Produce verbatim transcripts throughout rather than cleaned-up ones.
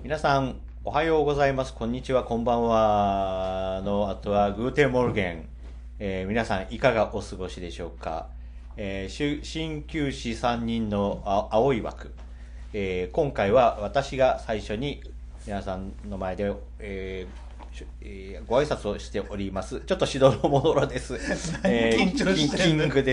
皆さん、おはようございます。こんにちは、こんばんは。の、あとは、グーテンモルゲン。えー皆さん、いかがお過ごしでしょうか。えーし鍼灸師さんにんのあ青い枠。えー今回は私が最初に皆さんの前で、えーしえーご挨拶をしております。ちょっと指導のものろです。えー緊張してんのキンキングです。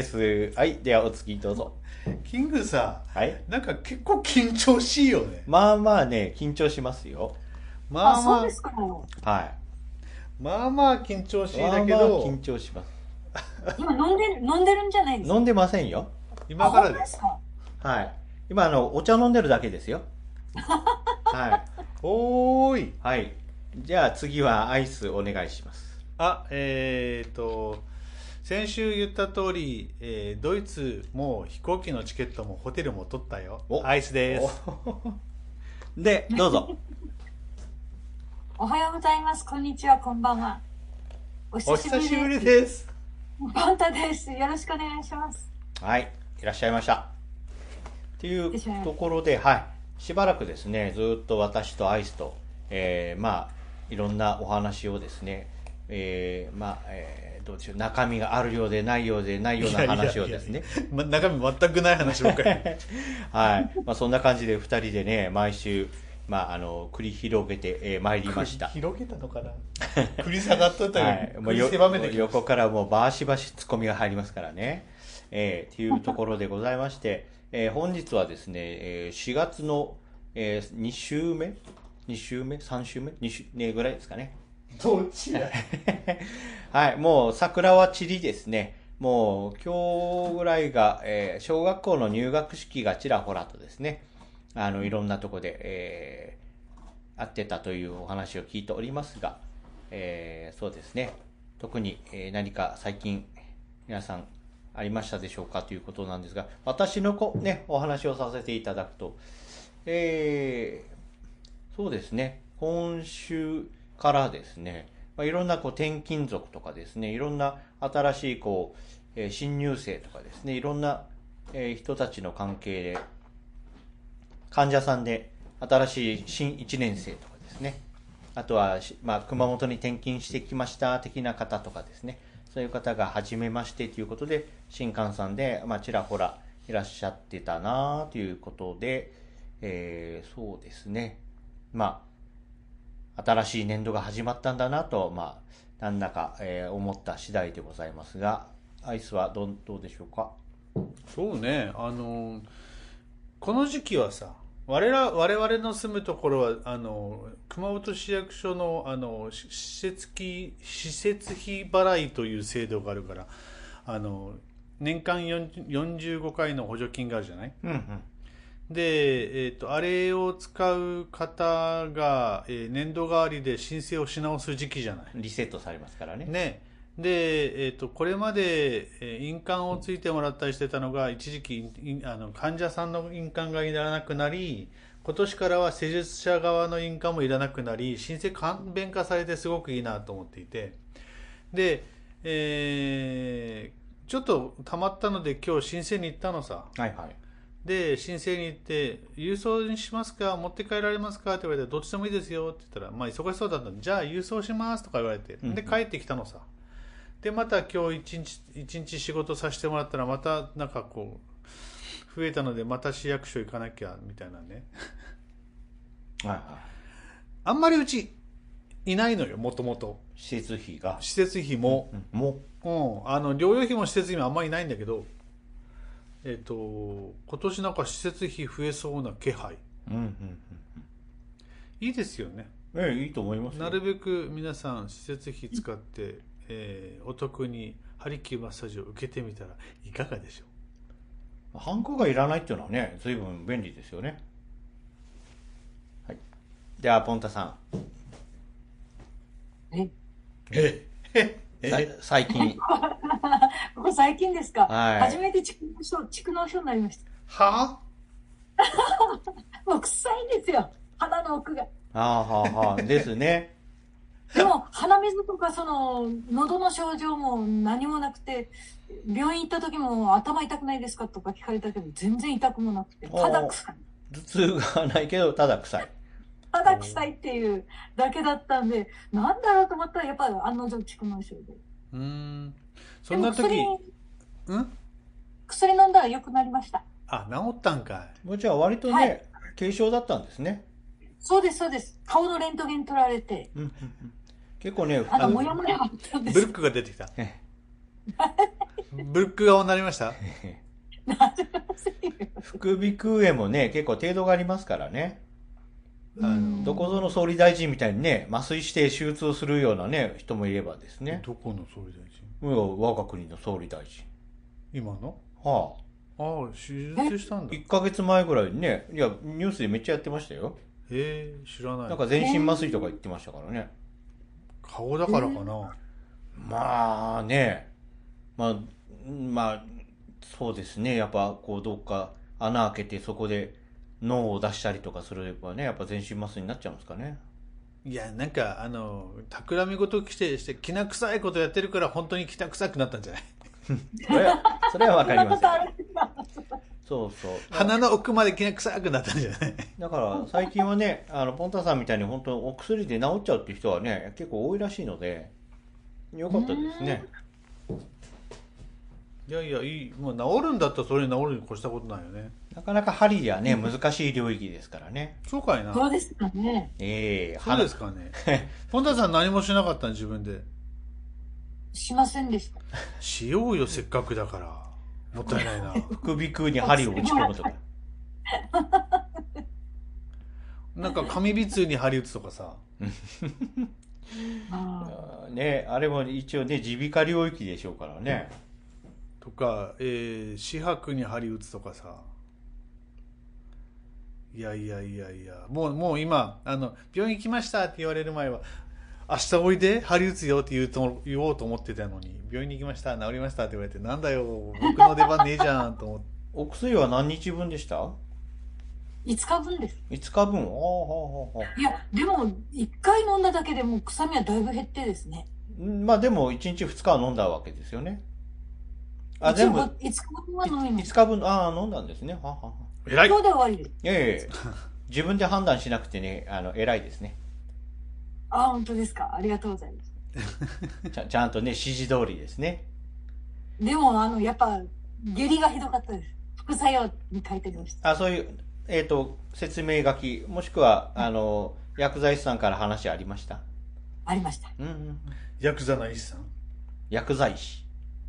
はい、ではお次どうぞ。 キングさ、 はいなんか結構緊張しいよね。 まあまあね、緊張しますよ。 あ、 まあまあ、 そうですか。 はい。 まあまあ緊張しいまあだけまあ緊ど、 張します。 今飲んでる、飲んでるんじゃないですか。 飲んでませんよ。 あ、 今からで。 本当ですすか。 はい。今、あの、お茶飲んでるだけですよ。はい。 おーい。 はい。じゃあ次はアイスお願いします。 あ、えーと、先週言った通り、えードイツも飛行機のチケットもホテルも取ったよ。 おアイスです。 おで、どうぞ。 おはようございます。こんにちは、こんばんは。おお久しぶり久しぶりです。 です。 パンタです。よろしくお願いします。 はい。いらっしゃいました。っていうところで、はい。しばらくですね、ずっと私とアイスと、えー、まあ、いろんなお話をですね、えー、まあ、えー、どうでしょう、中身があるようでないようでないような話をですね、 いやいやいやま中身全くない話ばっかり。 はい。まあ、そんな感じで二人でね、毎週、まあ、あの、繰り広げて、えー、参りました。 広げたのかな繰り下がっとったはい。 より、 もう繰り狭めてきました横からもうバシバシツッコミが入りますからね。えー、っていうところでございまして、えー、本日はですね、えー、しがつの、えー、に週目 ?に 週目 ?さん 週目 ?に 週、ね、ぐらいですかね。 どっちやはい。もう桜は散りですね。もう今日ぐらいが、えー小学校の入学式がちらほらとですね、あの、いろんなとこで、えー会ってたというお話を聞いておりますが、えーそうですね。特に、えー何か最近皆さんありましたでしょうかということなんですが、私のこ、ね、お話をさせていただくと、えーそうですね。今週からですね、まあ、いろんなこう転勤族とかですね、いろんな新しいこう、えー新入生とかですね、いろんな、えー人たちの関係で、患者さんで新しい新いちねん生とかですね、あとは、しまあ、熊本に転勤してきました的な方とかですね、そういう方が初めましてということで、新幹さんで、まあ、ちらほらいらっしゃってたなということで、えーそうですね、まあ、新しい年度が始まったんだなと、まあ、なんだか、えー思った次第でございますが、アイスはどうどうでしょうか。 そうね、あの、この時期はさ、我々我々の住むところは、あの、熊本市役所の、あの、し施設費、施設費払いという制度があるから、あの、年間よんよんじゅうごかいの補助金があるじゃない。 うんうん。 で、えっと、あれを使う方が、えー年度代わりで申請をし直す時期じゃない。 リセットされますからね。 ね。で、えっと、これまで、えー印鑑をついてもらったりしてたのが、一時期、いあの、患者さんの印鑑がいらなくなり、今年からは施術者側の印鑑もいらなくなり、申請簡便化されてすごくいいなと思っていて。で、えーちょっと溜まったので今日申請に行ったのさ。 はいはい。 で、申請に行って、郵送にしますか持って帰られますかって言われて、どっちでもいいですよって言ったら、まあ忙しそうだったんで、じゃあ郵送しますとか言われて、 うんうんで、帰ってきたのさ。で、また今日一日、一日仕事させてもらったら、またなんかこう、増えたので、また市役所行かなきゃ、みたいなね。 はいはい。 あんまりうち、いないのよ、もともと。 施設費が。 施設費も、 うんもうん、あの、療養費も施設費もあんまりないんだけど、えっと、今年なんか施設費増えそうな気配。 う。うんうんいいですよね。 うん。ええ、いいと思いますよ。 なるべく皆さん施設費使って、えーお得にハリキューマッサージを受けてみたらいかがでしょハンコがいらないっていうのはね、随分便利ですよね。はい。では、ポンタさえ、 う。ええん。さ最近。 ここ最近ですか。 はい初めて蓄膿症、蓄膿症になりました。 はもう臭いんですよ。鼻の奥が。 ああ、はあ、はあ。ですね。 でも、鼻水とか、その、喉の症状も何もなくて、病院行った時も頭痛くないですかとか聞かれたけど、全然痛くもなくて、ただ臭い。 頭痛がないけど、ただ臭い。 たきたいっていうだけだったんで、なんだろうと思ったら、やっぱり案の定蓄膿症で。 うーん。そでんな時、 も薬、 ん薬飲んだら良くなりました。 あ、治ったんかもうじゃあ割とね、 はい。 軽症だったんですね。 そうです、そうです。顔のレントゲン取られて、 うんうんうん、結構ね、 あの、 あもやもやあったんい。 です。 ブルックが出てきた。ブルック顔になりました。 なりませんよ。 副鼻腔炎もね、結構程度がありますからね。 うあの、 どこぞのん。 総理大臣みたいにね、麻酔して手術をするようなね、人もいればですね。 どこの総理大臣？ うん我が国の総理大臣。 今の？ はああ、手え、 術したんあ。 だ。 いっかげつまえぐらいにね、いや、ニュースでめっちゃやってましたよ。 へえ、知らない。 なんか全身えー、 麻酔とか言ってましたからね。 顔だえー、 からかな。 まあね、まあ、まあ、そうですね。やっぱ、こう、どっか穴開けてそこで脳を出したりとかすればね、やっぱ全身麻酔になっちゃうんですかね。 いや、なんか、あの、企み事してして、きな臭いことやってるから、本当にきな臭くなったんじゃない？ それは、それはわそんなかりません。 ことあるんだ。 そうそう。 鼻の奥まできな臭くなったんじゃない？ だから最近はね、あの、ポンタさんみたいに本当お薬で治っちゃうっていう人はね、結構多いらしいので、ようーかったですん。 ね。 いやいや、いい。もう治るんだったらそれに治るに越したことないよね。 なかなか針ではね、難しい領域ですからね。 そうかいな。 そうですかね。 ええそうですかね。ポンタさん何もしなかったの？自分で。 しませんでした。 しようよ、せっかくだから。もったいないな。 副鼻腔にお針を打薬もらっち込むとか。 なんか紙びつに針打つとかさ。 ああーね、あれも一応ね、耳鼻科領域でしょうからね。 とか、えー、四白に針打つとかさ。いやいやいやいや。もう、もう今、あの、病院行きましたって言われる前は、明日おいで、針打つよって言うと、言おうと思ってたのに、病院に行きました、治りましたって言われて、なんだよ、僕の出番ねえじゃんと思って。 お薬は何日分でした？ いつかぶんです。 いつ 日分。ああ、ほうほうほいや、でも、いっかい飲んだだけでもう臭みはだいぶ減ってですね。 う。んまあでもいちにちふつかは飲んだわけですよね。あ、 一応、 全部、 いつかぶんは飲みま 5 した。 日分、ああ、飲んだんですね。ははは。 偉い。 今日で終わりです。 ええ自分で判断しなくてね、あの、偉いですね。 あ、本当ですか。ありがとうございます。 ちゃ、ちゃんとね、指示通りですね。 でも、あの、やっぱ、下痢がひどかったです。副作用に書いてありました。 あ、そういう、えっと、説明書き、もしくは、あの、薬剤師さんから話ありました？ ありました。 うんうんうん。 ヤクザな医師さん。 薬剤師。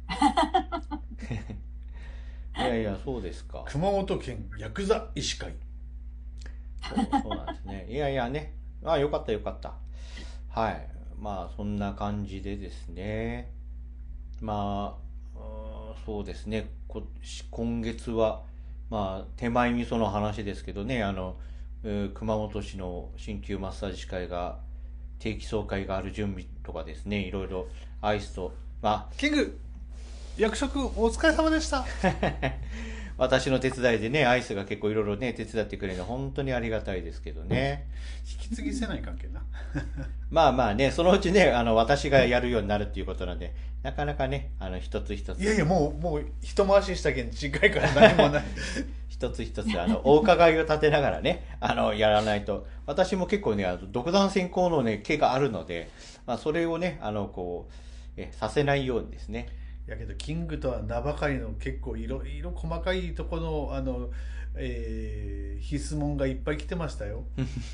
いやいや、そうですか。 熊本県ヤクザ医師会。 そう、そうなんですね。いやいやね。あ、よかったよかった。はい。まあ、そんな感じでですね。まあ、うーんそうですね。こ、し今月は、まあ、手前味噌の話ですけどね、あの、うー熊本市の鍼灸マッサージ師会が、定期総会がある準備とかですね、いろいろアイスと、まキング、役職お疲れ様でした。 あ、私の手伝いでね、アイスが結構いろいろね、手伝ってくれるの本当にありがたいですけどね。 引き継ぎせない関係な。 まあまあね、そのうちね、あの、私がやるようになるっていうことなんで、なかなかね、あの、一つ一つ、 いやいや、もう、もう、一回ししたけん、近いから何もない。 一つ一つ、あの、お伺いを立てながらね、あの、やらないと。私も結構ね、あの独断専行のね、毛があるので、まあ、それをね、あの、こう、え、させないようにですね。 やけど、キングとは名ばかりの結構いろいろ細かいところの、あの、えー、質問がいっぱい来てましたよ。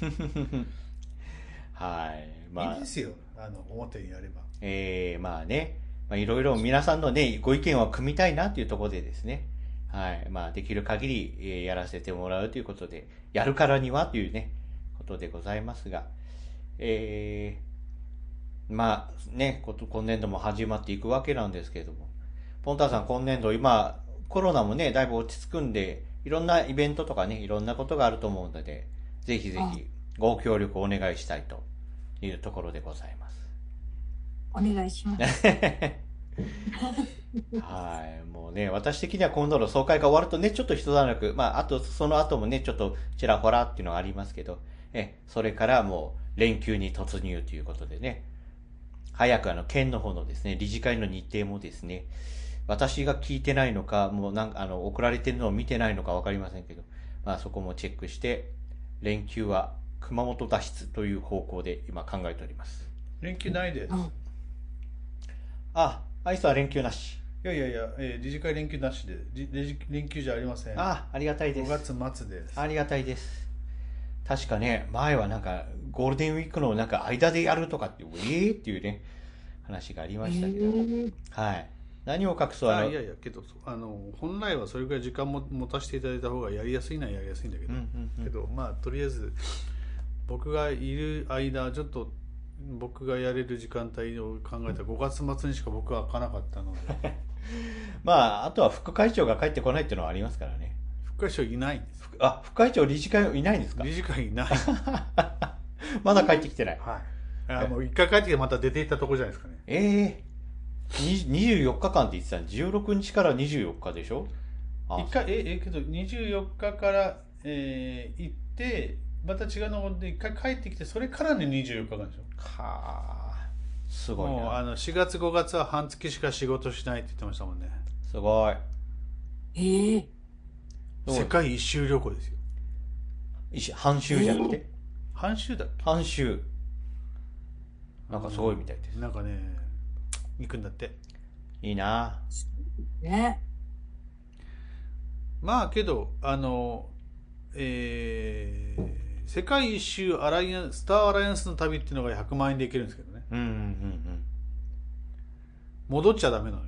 はい。 いまあ、 いですよ。あの、表にやれば。 えー、まあね、まあ、いろいろ皆さんのね、ご意見を組みたいなっていうところでですね、はい。まあ、できる限り、えーやらせてもらうということで、やるからにはというね、ことでございますが、えー、まあね、こと今年度も始まっていくわけなんですけれども、ポンタさん今年度今、コロナもね、だいぶ落ち着くんで、いろんなイベントとかね、いろんなことがあると思うので、ぜひぜあ、 ひご協力お願いしたいというところでございます。 お願いします。 はい。もうね、私的には今度の総会が終わるとね、ちょっと一段落、まあ、あと、その後もね、ちょっとちらほらっていうのはありますけど、え、それからもう連休に突入ということでね、早くあの、県の方のですね、理事会の日程もですね、私が聞いてないのか、もうなんか、あの、送られてるのを見てないのかわかりませんけど、まあそこもチェックして、連休は熊本脱出という方向で今考えております。 連休ないです。 うんあ、アイスは連休なし。 いやいやいや、えー理事会連休なしで、じレジ連休じゃありません。 あ、ありがたいでごす。 がつ末です。 ありがたいです。確かね、前はなんか、ゴールデンウィークのなんか間でやるとかって、えーっていうね、話がありましたけど。はい。何を隠そう、あの、 あいやいや、けど、あの、本来はそれぐらい時間も持たせていただいた方がやりやすいのはやりやすいんだけど、 うんうんうんけど、まあ、とりあえず、僕がいる間、ちょっと、僕がやれる時間帯を考えたらごがつ末にしか僕は開かなかったので、 まあ、あとは副会長が帰ってこないっていうのはありますからね。 副会長いないんです。 あ、副会長理事会いないんですか？ 理事会いない。 まだ帰ってきてない。 はい。あもう一回帰ってきてまた出ていったとこじゃないですかね。 ええー、にじゅうよっかかんって言ってたのじゅうろくにちからにじゅうよっかでしょ？あ一回、え、え、けどにじゅうよっかから、えー行って、また違うので一回帰ってきて、それからのにじゅうよっかかんでしょ。 はあ、すごいもうあな。 のしがつごがつは半月しか仕事しないって言ってましたもんね。 すごい。 ええどう世界一周旅行ですよ。 いし半周じゃなくて半周だっけ？ 半周。なんかすごいみたいです。 なんかね、行くんだって。 いいな。 ね。 まあけど、あの、えー世界一周アライアンス、スターアライアンスの旅っていうのがひゃくまん円で行けるんですけどね。 うんうんうん戻っちゃダメなのよ。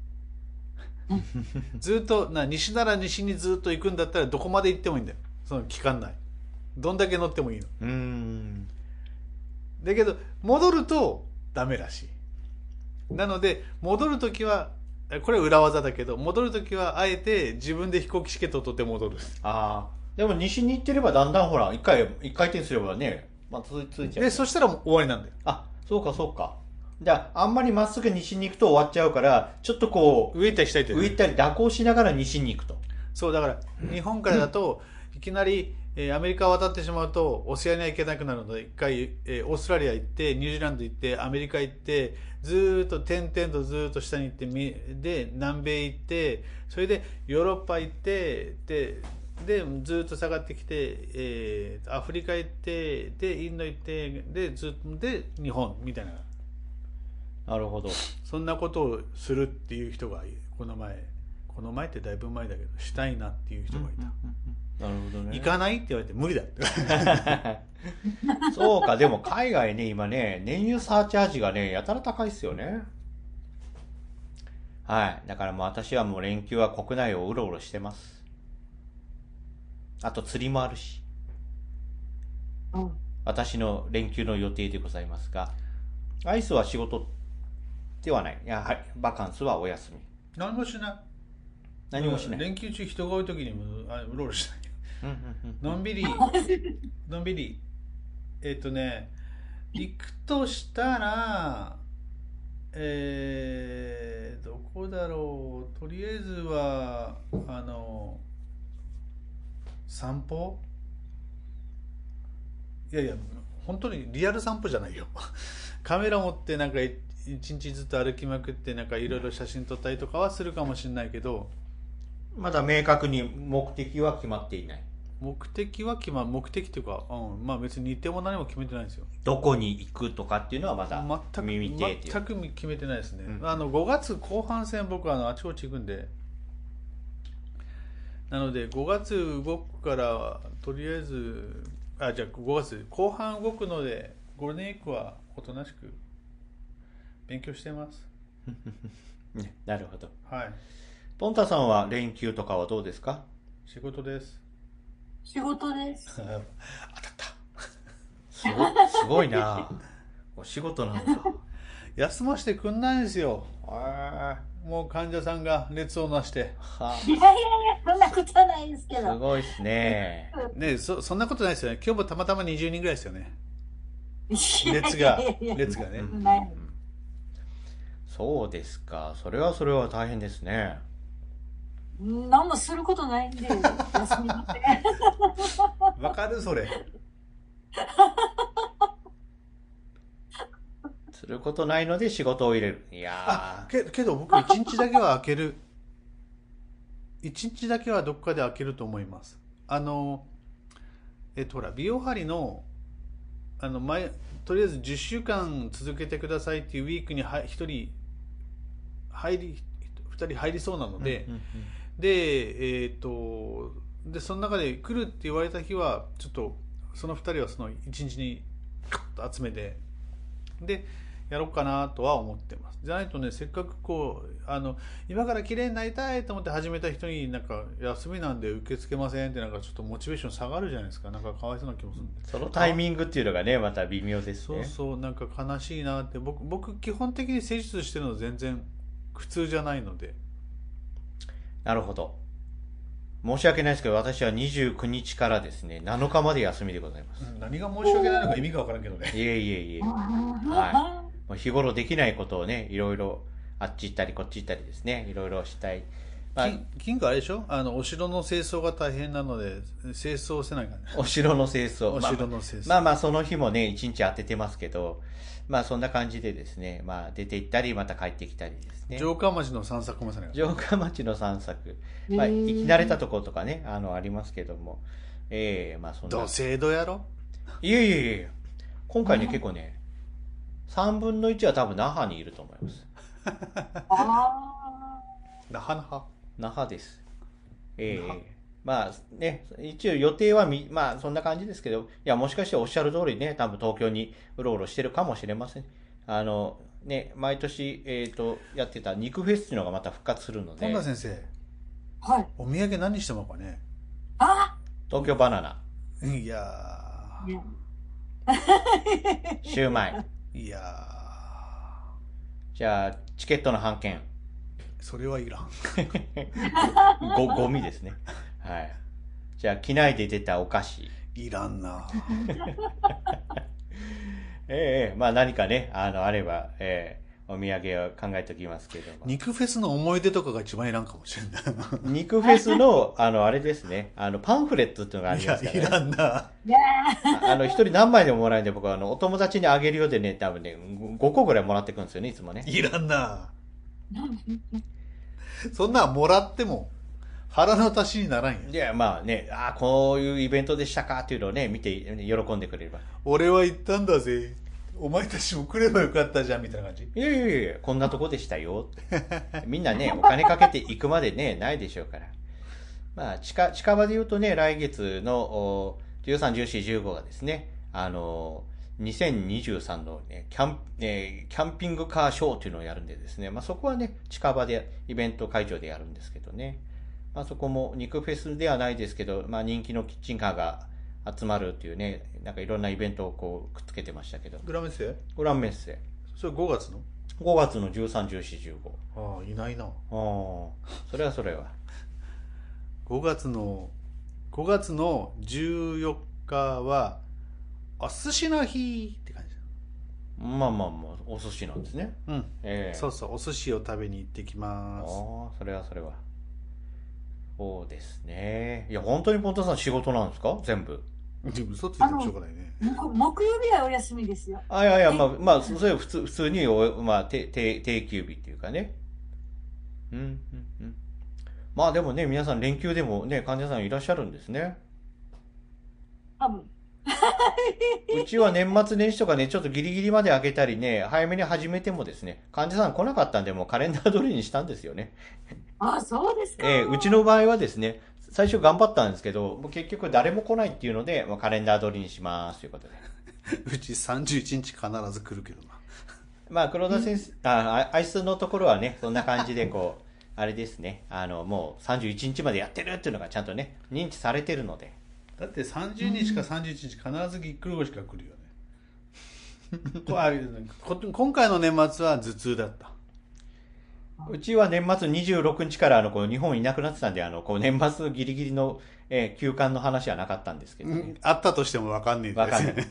ずっとな西なら西にずっと行くんだったらどこまで行ってもいいんだよ、その期間内。どんだけ乗ってもいいの。 うん。うーん。 だけど戻るとダメらしい。なので戻るときはこれは裏技だけど、戻るときはあえて自分で飛行機チケットを取って戻る。 ああ。でも西に行ってればだんだんほら、一回、一回転すればね、まあ、つついちゃう。 でそしたらもう終わりなんだよ。 あ、そうかそうか。じゃあ、あんまりまっすぐ西に行くと終わっちゃうから、ちょっとこう、 上行ったり下行ったり、 上行ったり蛇行しながら西に行くと。 そうだから日本からだといきなり、えーアメリカを渡ってしまうとオセアニア行けなくなるので、一回、えーオーストラリア行ってニュージーランド行ってアメリカ行ってずーっと点々とずーっと下に行ってみで南米行って、それでヨーロッパ行ってででずーっと下がってきて、えーアフリカ行ってでインド行ってでずっとで日本みたいな、 なるほど。 そんなことをするっていう人がこの前この前ってだいぶ前だけどしたいなっていう人がいた。 なるほどね。 行かないって言われて無理だってそうか、でも海外ね、今ね、燃油サーチャージがね、やたら高いっすよね。はい。だからもう私はもう連休は国内をうろうろしてます。あと釣りもあるし。 うん。 私の連休の予定でございますが、アイスは仕事ではない。やはり、バカンスはお休み。 何もしない。 何もしない。 連休中人が多い時にもあうろうろしない。 うんうんのんびりのんびりえっ、とね行くとしたらえー、どこだろう。とりあえずはあの散歩。いやいや本当にリアル散歩じゃないよカメラ持ってなんかい一日ずっと歩きまくってなんかいろいろ写真撮ったりとかはするかもしれないけど、 まだ明確に目的は決まっていない。 目的は決ま目的というか、うん、まあ別に日程も何も決めてないんですよ。 どこに行くとかっていうのはまだ全く未定っていう。 全く決めてないですね、 うんあのごがつ後半戦僕はあのあちこち行くんで、なのでごがつ動くからとりあえずあじゃあごがつ後半動くのでゴールデンウィークはおとなしく勉強してます。 ねなるほど。 はい、 ポンタさんは連休とかはどうですか？ 仕事です。 仕事です。 当たった。 すごすごいな。お仕事なんだ。 休ませてくんないんですよ。 はもう患者さんが列をなしていやいやいや、そんなことはないですけすど。 ごいっすね。 ね、そそんなことないですよね。今日もたまたまにじゅうにんぐらいですよね。列列が列がね。 ない。 そうですか。それはそれは大変ですね。 何もすることないんで、休みなんで。 わかるそれ。 することないので仕事を入れる。いやあけけど僕一日だけは開ける。一日だけはどっかで開けると思います。あのえっとほら美容針のあの前とりあえずじゅっしゅうかん続けてくださいっていうウィークにひとり入りふたり入りそうなので、 うんうんでえっ、とでその中で来るって言われた日はちょっとそのふたりはそのいちにちにカッと集めてでやろうかなとは思ってます。じゃないとね、せっかくこうあの今から綺麗になりたいと思って始めた人になんか休みなんで受け付けませんってなんかちょっとモチベーション下がるじゃないですか。なんかかわいそうな気もするんで。 そのタイミングっていうのがねまた微妙ですね。 そうそう、なんか悲しいなって。僕僕基本的に施術してるの全然苦痛じゃないので。 なるほど。申し訳ないですけど私はにじゅうくにちからですねなのかまで休みでございます。 うん、何が申し訳ないのか意味がわからんけどね。 いえいえいえ。はい。もう日頃できないことをねいろいろあっち行ったりこっち行ったりですねいろいろしたい。まあ、 金金があれでしょ、あのお城の清掃が大変なので清掃せないからね。 お城の清掃。 お城の清掃。 まあまあその日もね一日当ててますけど、まあそんな感じでですね、まあ出て行ったりまた帰ってきたりですね。 城下町の散策もせないから。 城下町の散策、まあ行き慣れたところとかねあのありますけども、ええー、まあそんな。 土星度やろ。 いえいえいえ、今回ね結構ねさんぶんのいちは多分那覇にいると思います。 那覇那覇那覇です。ええー、まあね一応予定はみまあそんな感じですけど、いやもしかしておっしゃる通りね多分東京にうろうろしてるかもしれません。あのね毎年えっ、ー、とやってた肉フェスっていうのがまた復活するので。 本田先生。 はい。 お土産何してもらおうかね。 あ。 東京バナナ。 いやー。シューマイ。 いやー。じゃあチケットの半券。 それはいらん。 ごゴミですね。はい。じゃあ機内で出たお菓子。 いらんな。 ええまあ何かねあのあれば、えー、お土産を考えておきますけども。 肉フェスの思い出とかが一番いらんかもしれない。 肉フェスのあのあれですね、あのパンフレットっていうのがありますからね。 いやいらんな。 あの一人何枚でももらえるんで僕はあのお友達にあげるようでね多分ねごこぐらいもらってくるんですよねいつもね。 いらんな。そんなんもらっても腹の足しにならんよ。 いやまあね、ああこういうイベントでしたかっていうのをね見て喜んでくれれば。 俺は行ったんだぜ、お前たちも来ればよかったじゃんみたいな感じ。 いやいやいやこんなとこでしたよみんなねお金かけて行くまでねないでしょうから。まあ近近場で言うとね来月のじゅうさん、じゅうよん、じゅうごがですねあのにせんにじゅうさんの、ね、キャン、えー、キャンピングカーショーというのをやるんでですね、まあ、そこはね近場でイベント会場でやるんですけどね、まあ、そこも肉フェスではないですけど、まあ、人気のキッチンカーが集まるっていうねなんかいろんなイベントをこうくっつけてましたけど。 グランメッセグランメッセそれごがつのごがつのじゅうさん、じゅうよん、じゅうご。ああいないな。ああそれはそれはごがつのごがつのじゅうよっかはお寿司の日って感じ。 まあまあまあお寿司なんですね。 うん、 えー、 そうそうお寿司を食べに行ってきます。 ああそれはそれはそうですね。いや本当にポンタさん仕事なんですか全部。 嘘ついてもしょうがないね。 木曜日はお休みですよ。 あいやいやまあまあそれは普通普通におまあ定定定休日っていうかね。うんうんうん。まあでもね皆さん連休でもね患者さんいらっしゃるんですね。 多分。 うちは年末年始とかねちょっとギリギリまで開けたりね早めに始めてもですね患者さん来なかったんでもうカレンダー通りにしたんですよね。 あそうですか。 えー、うちの場合はですね最初頑張ったんですけどもう結局誰も来ないっていうのでもうカレンダー通りにしますということで。 うちさんじゅういちにち必ず来るけどな。 まあ黒田先生ああいつのところはねそんな感じでこうあれですねあのもうさんじゅういちにちまでやってるっていうのがちゃんとね認知されてるので。 だってさんじゅうにちかさんじゅういちにち必ずぎっくり腰が来るよねこあ今回の年末は頭痛だった。 うちは年末にじゅうろくにちからあのこう日本いなくなってたんであのこう年末ギリギリの、えー、休館の話はなかったんですけどね、うん、 あったとしても分かんねえ分かんない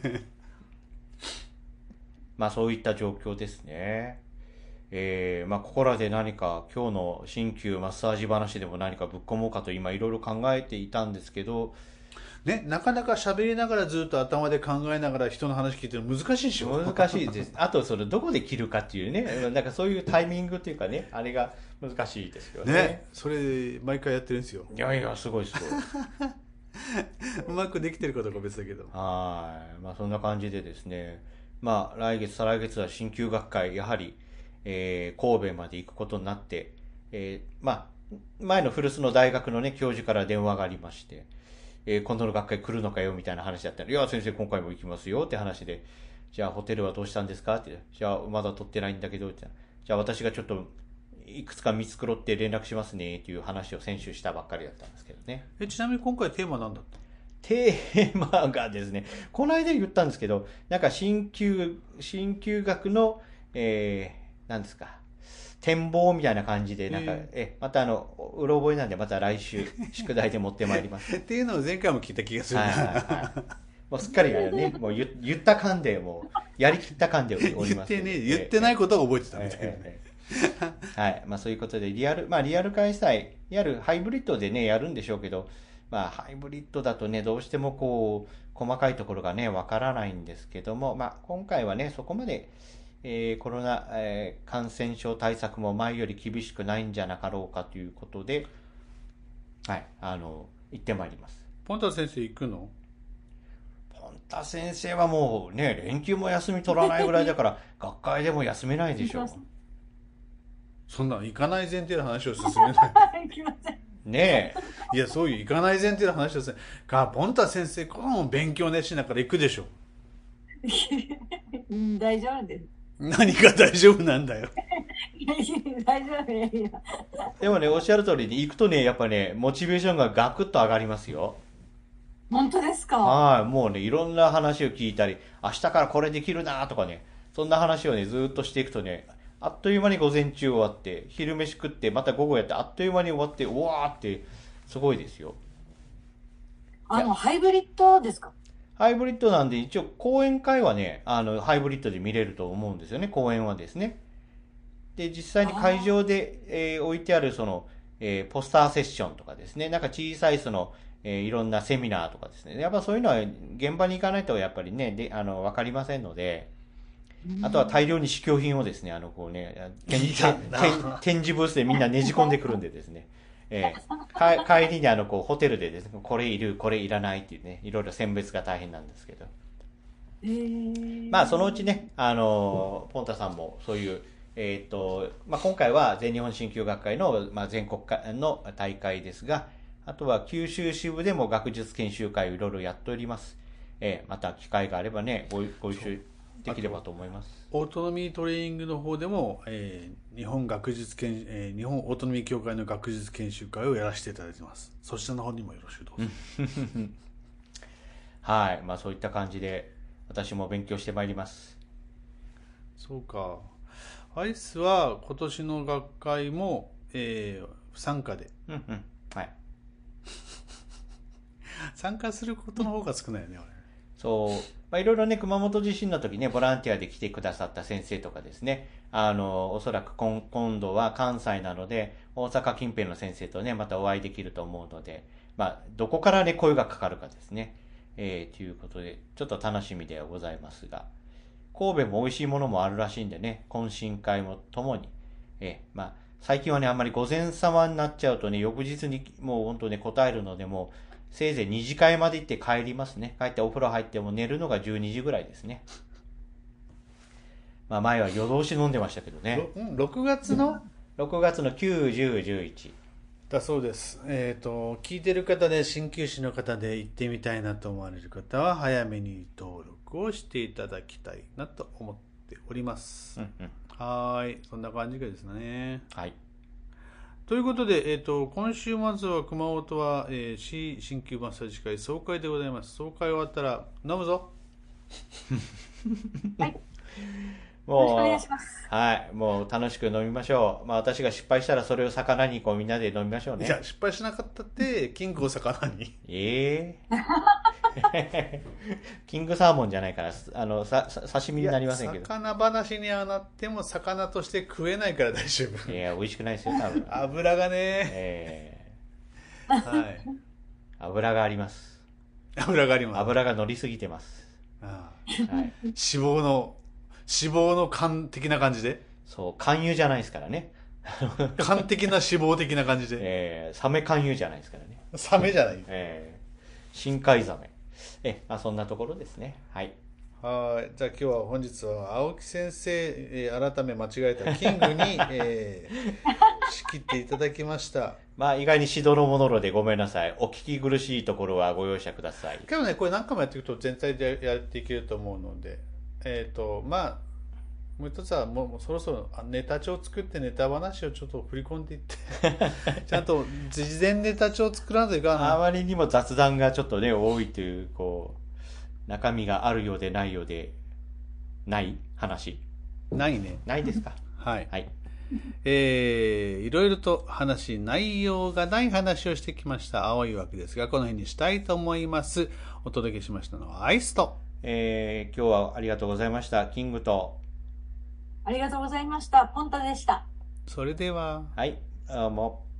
まあそういった状況ですね。えー、まあここらで何か今日の鍼灸マッサージ話でも何かぶっ込もうかと今いろいろ考えていたんですけどね、なかなか喋りながらずっと頭で考えながら人の話聞いてるの難しいでしょ。 難しいです。あとそれどこで切るかっていうねなんかそういうタイミングっていうかねあれが難しいですよね。 ねそれ毎回やってるんですよ。 いやいやすごいすごいうまくできてるかどうか別だけど。 はい。まあそんな感じでですね。まあ来月、再来月は新旧学会、やはり、えー、神戸まで行くことになって、えー、まあ、前の古巣の大学のね、教授から電話がありまして、えー、今度の学会来るのかよみたいな話だったら、いや、先生今回も行きますよって話で、じゃあホテルはどうしたんですかって、じゃあまだ取ってないんだけど、ってじゃあ私がちょっと、いくつか見繕って連絡しますねっていう話を先週したばっかりだったんですけどね。 え、ちなみに今回テーマなんだった？ テーマがですね、この間言ったんですけど、なんか新旧、新旧学の、えー、なんですか、展望みたいな感じで、なんか、 ええ、またあの、うろ覚えなんで、また来週、宿題で持ってまいります。 っていうのを前回も聞いた気がするはいはいはい。もうすっかりあれね、もう言言った感で、もう、やりきった感でおりますけど。 言ってね、言ってないことを覚えてたみたいなね。 ええええはい。まあそういうことで、リアル、まあリアル開催、いわゆるハイブリッドでね、やるんでしょうけど、まあハイブリッドだとね、どうしてもこう、細かいところがね、わからないんですけども、まあ今回はね、そこまで、えーコロナ、えー感染症対策も前より厳しくないんじゃなかろうかということで、はい、あの、行ってまいります。 ポンタ先生行くの？ ポンタ先生はもうね、連休も休み取らないぐらいだから、学会でも休めないでしょう。 そんな行かない前提の話を進めない。 行きません。 ねいや、そういう行かない前提の話をする。か、ポンタ先生、この勉強熱心だから行くでしょ。 うん大丈夫です。 何が大丈夫なんだよ。 いやいや大丈夫いやいや。 え。でもね、おっしゃる通りに行くとね、やっぱね、モチベーションがガクッと上がりますよ。 本当ですか？ はい、もうね、いろんな話を聞いたり、明日からこれできるなとかね、そんな話をね、ずーっとしていくとね、あっという間に午前中終わって、昼飯食って、また午後やって、あっという間に終わって、うわーって、すごいですよ。 あの、ハイブリッドですか？ ハイブリッドなんで、一応講演会はね、あの、ハイブリッドで見れると思うんですよね、講演はですね。で、実際に会場で、えー置いてあるその、えーポスターセッションとかですね、なんか小さいその、えーいろんなセミナーとかですね、やっぱそういうのは現場に行かないとやっぱりね、で、あの、わかりませんので、あとは大量に試供品をですね、あの、こうね、展示いいな展展示ブースでみんなねじ込んでくるんでですね、えーか帰りにあの、こう、ホテルでですね、これいる、これいらないっていうね、いろいろ選別が大変なんですけど。 えー、 まあ、そのうちね、あの、ポンタさんもそういう、えっと、まあ、今回は全日本鍼灸学会の、まあ、全国会の大会ですが、あとは九州支部でも学術研修会をいろいろやっております。えーまた機会があればね、ごご一緒できればと思います。 オートノミートレーニングの方でも、えー日本学術研、えー日本オートノミー協会の学術研修会をやらせていただいてます。そちらの方にもよろしくどうぞ。 はい。まあ、そういった感じで、私も勉強してまいります。 そうか。アイスは今年の学会も、えー不参加で。 うんうん。はい。 参加することの方が少ないよね、 そう。まあ、いろいろね、熊本地震の時ね、ボランティアで来てくださった先生とかですね、あの、おそらく今今度は関西なので、大阪近辺の先生とね、またお会いできると思うので、まあ、どこからね、声がかかるかですね。えー、ということで、ちょっと楽しみではございますが、神戸も美味しいものもあるらしいんでね、懇親会もともに、えー、まあ、最近はね、あんまり午前様になっちゃうとね、翌日にもう本当ね、答えるので、もう、せいぜい二次会まで行って帰りますね。帰ってお風呂入っても寝るのがじゅうにじぐらいですね。まあ前は夜通し飲んでましたけどね。 ろんろくがつのろくがつのきゅう、じゅう、じゅういち。 だそうです。えっ、と、聞いてる方で、鍼灸師の方で行ってみたいなと思われる方は、早めに登録をしていただきたいなと思っております。 うんうん。 はーい。そんな感じがですね。 はい。 ということで、えっ、と、今週末は熊本は、えー、市鍼灸マッサージ会総会でございます。総会終わったら飲むぞ。 はい。よろしくおも願いします。 う、はい。もう楽しく飲みましょう。まあ私が失敗したらそれを魚にこうみんなで飲みましょうね。 いや、失敗しなかったって、キングを魚に。 ええキングサーモンじゃないから、あの、さ、さ刺身になりませんけど。 魚話にはなっても、魚として食えないから大丈夫。 いや、美味しくないですよ、多分。 油がね、 えはい。 ー、油があります。 油があります。 油が乗りすぎてます。 ああはい。 脂肪の、脂肪の肝的な感じで、 そう、勧誘じゃないですからね。 肝的な脂肪的な感じで、 えー、サメ勧誘じゃないですからね。 サメじゃない。 え深海ザメ。え、まあ、そんなところですね。はい。 はい。じゃあ今日は本日は青木先生、えー改め間違えたキングに、えー仕切っていただきました。 まあ、意外にしどろもどろでごめんなさい。お聞き苦しいところはご容赦ください。 けどね、これ何回もやっていくと全体でやっていけると思うので、えっ、と、まあ、もう一つはもうもうそろそろあネタ帳を作ってネタ話をちょっと振り込んでいって、ちゃんと事前ネタ帳を作らないといかんな。 あまりにも雑談がちょっとね、多いという、こう、中身があるようでないようで、ない話。 ないね。 ないですか。 はい。 はい。 えー、いろいろと話、内容がない話をしてきました青い枠ですが、この辺にしたいと思います。お届けしましたのはアイスと、 えー、今日はありがとうございました。キングと、 ありがとうございました。ポンタでした。 それでは。 はい、どうも。